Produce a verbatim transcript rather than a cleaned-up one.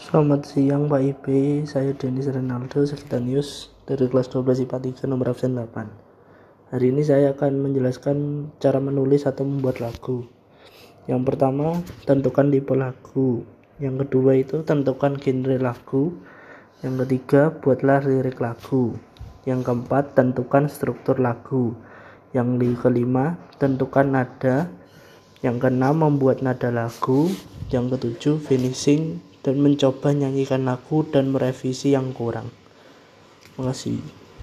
Selamat siang Pak I B, saya Denis Renaldo, Sekretarius dari kelas dua belas I P A tiga nomor absen delapan. Hari ini saya akan menjelaskan cara menulis atau membuat lagu. Yang pertama, tentukan tipe lagu. Yang kedua itu tentukan genre lagu. Yang ketiga, buatlah lirik lagu. Yang keempat, tentukan struktur lagu. Yang kelima, tentukan nada. Yang keenam, membuat nada lagu. Yang ketujuh, finishing dan mencoba nyanyikan lagu dan merevisi yang kurang. Terima kasih.